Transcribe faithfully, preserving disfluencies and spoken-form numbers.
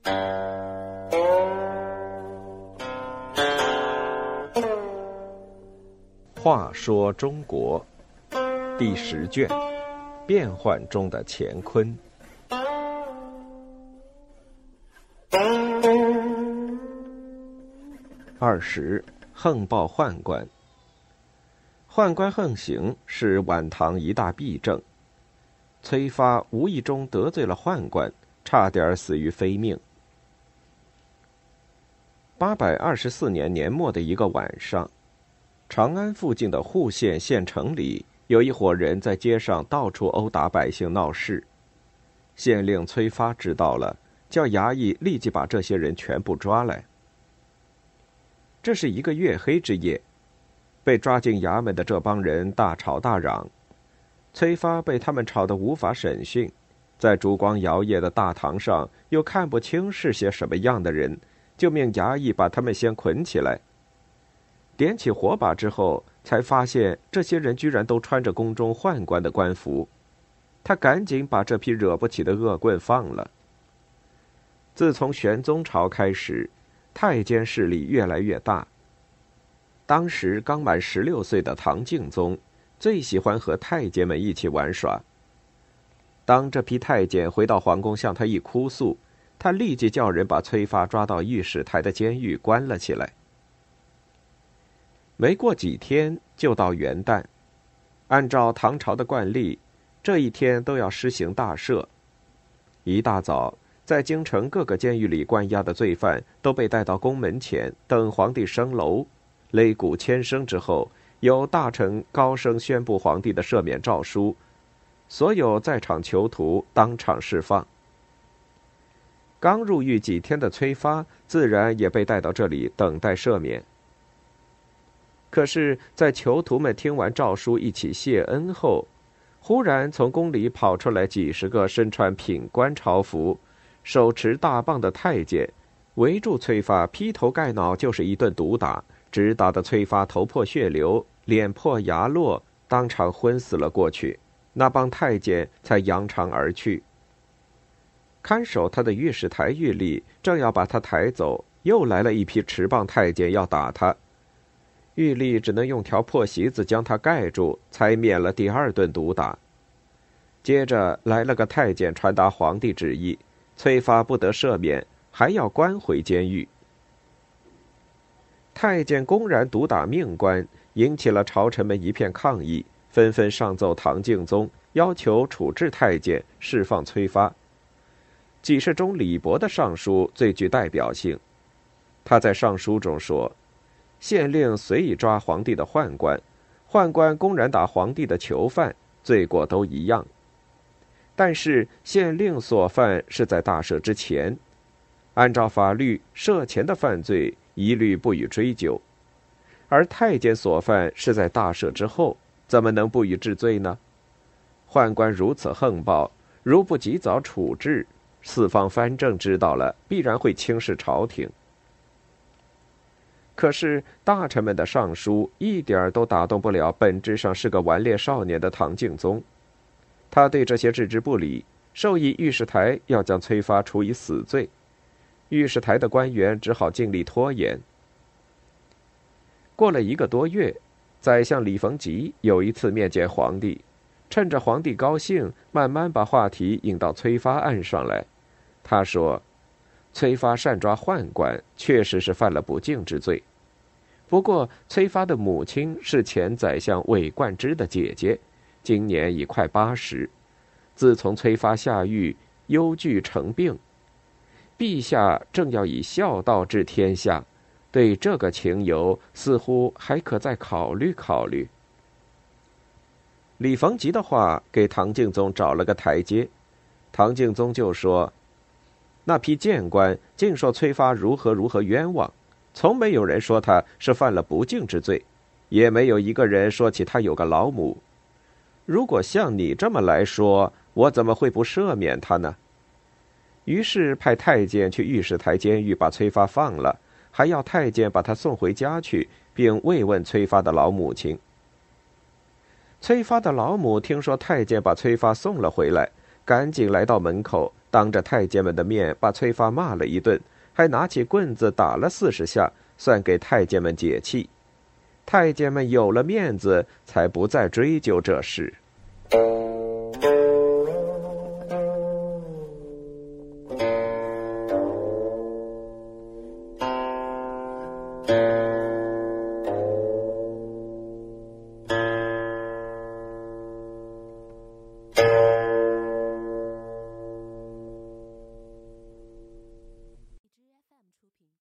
话说中国第十卷，变幻中的乾坤。二十，横暴宦官。宦官横行是晚唐一大弊症。崔发无意中得罪了宦官，差点死于非命。八百二十四年年末的一个晚上，长安附近的户县县城里，有一伙人在街上到处殴打百姓闹事。县令崔发知道了，叫衙役立即把这些人全部抓来。这是一个月黑之夜，被抓进衙门的这帮人大吵大嚷，崔发被他们吵得无法审讯，在烛光摇曳的大堂上又看不清是些什么样的人，就命衙役把他们先捆起来。点起火把之后，才发现这些人居然都穿着宫中宦官的官服。他赶紧把这批惹不起的恶棍放了。自从玄宗朝开始，太监势力越来越大。当时刚满十六岁的唐敬宗最喜欢和太监们一起玩耍。当这批太监回到皇宫向他一哭诉，他立即叫人把崔发抓到御史台的监狱关了起来。没过几天就到元旦，按照唐朝的惯例，这一天都要施行大赦。一大早，在京城各个监狱里关押的罪犯都被带到宫门前等皇帝升楼，擂鼓千声之后，由大臣高声宣布皇帝的赦免诏书，所有在场囚徒当场释放。刚入狱几天的崔发自然也被带到这里等待赦免。可是在囚徒们听完诏书一起谢恩后，忽然从宫里跑出来几十个身穿品官朝服、手持大棒的太监，围住崔发，劈头盖脑就是一顿毒打，直打得崔发头破血流，脸破牙落，当场昏死了过去。那帮太监才扬长而去。看守他的御史台狱吏正要把他抬走，又来了一批持棒太监要打他。狱吏只能用条破席子将他盖住，才免了第二顿毒打。接着来了个太监传达皇帝旨意，崔发不得赦免，还要关回监狱。太监公然毒打命官，引起了朝臣们一片抗议，纷纷上奏唐敬宗，要求处置太监，释放崔发。给事中李博的上书最具代表性。他在上书中说，县令随意抓皇帝的宦官，宦官公然打皇帝的囚犯，罪过都一样。但是县令所犯是在大赦之前，按照法律，赦前的犯罪一律不予追究，而太监所犯是在大赦之后，怎么能不予治罪呢？宦官如此横暴，如不及早处置，四方藩正知道了，必然会轻视朝廷。可是大臣们的上书一点都打动不了本质上是个顽劣少年的唐敬宗，他对这些置之不理，授意御史台要将崔发处以死罪。御史台的官员只好尽力拖延。过了一个多月，宰相李逢吉有一次面见皇帝，趁着皇帝高兴，慢慢把话题引到崔发案上来。他说，崔发擅抓宦官，确实是犯了不敬之罪。不过崔发的母亲是前宰相韦冠之的姐姐，今年已快八十。自从崔发下狱，忧惧成病，陛下正要以孝道治天下，对这个情由似乎还可再考虑考虑。李逢吉的话给唐敬宗找了个台阶，唐敬宗就说，那批谏官竟说崔发如何如何冤枉，从没有人说他是犯了不敬之罪，也没有一个人说起他有个老母。如果像你这么来说，我怎么会不赦免他呢？于是派太监去御史台监狱把崔发放了，还要太监把他送回家去，并慰问崔发的老母亲。崔发的老母听说太监把崔发送了回来， 赶紧来到门口，当着太监们的面把崔发骂了一顿，还拿起棍子打了四十下，算给太监们解气。太监们有了面子，才不再追究这事。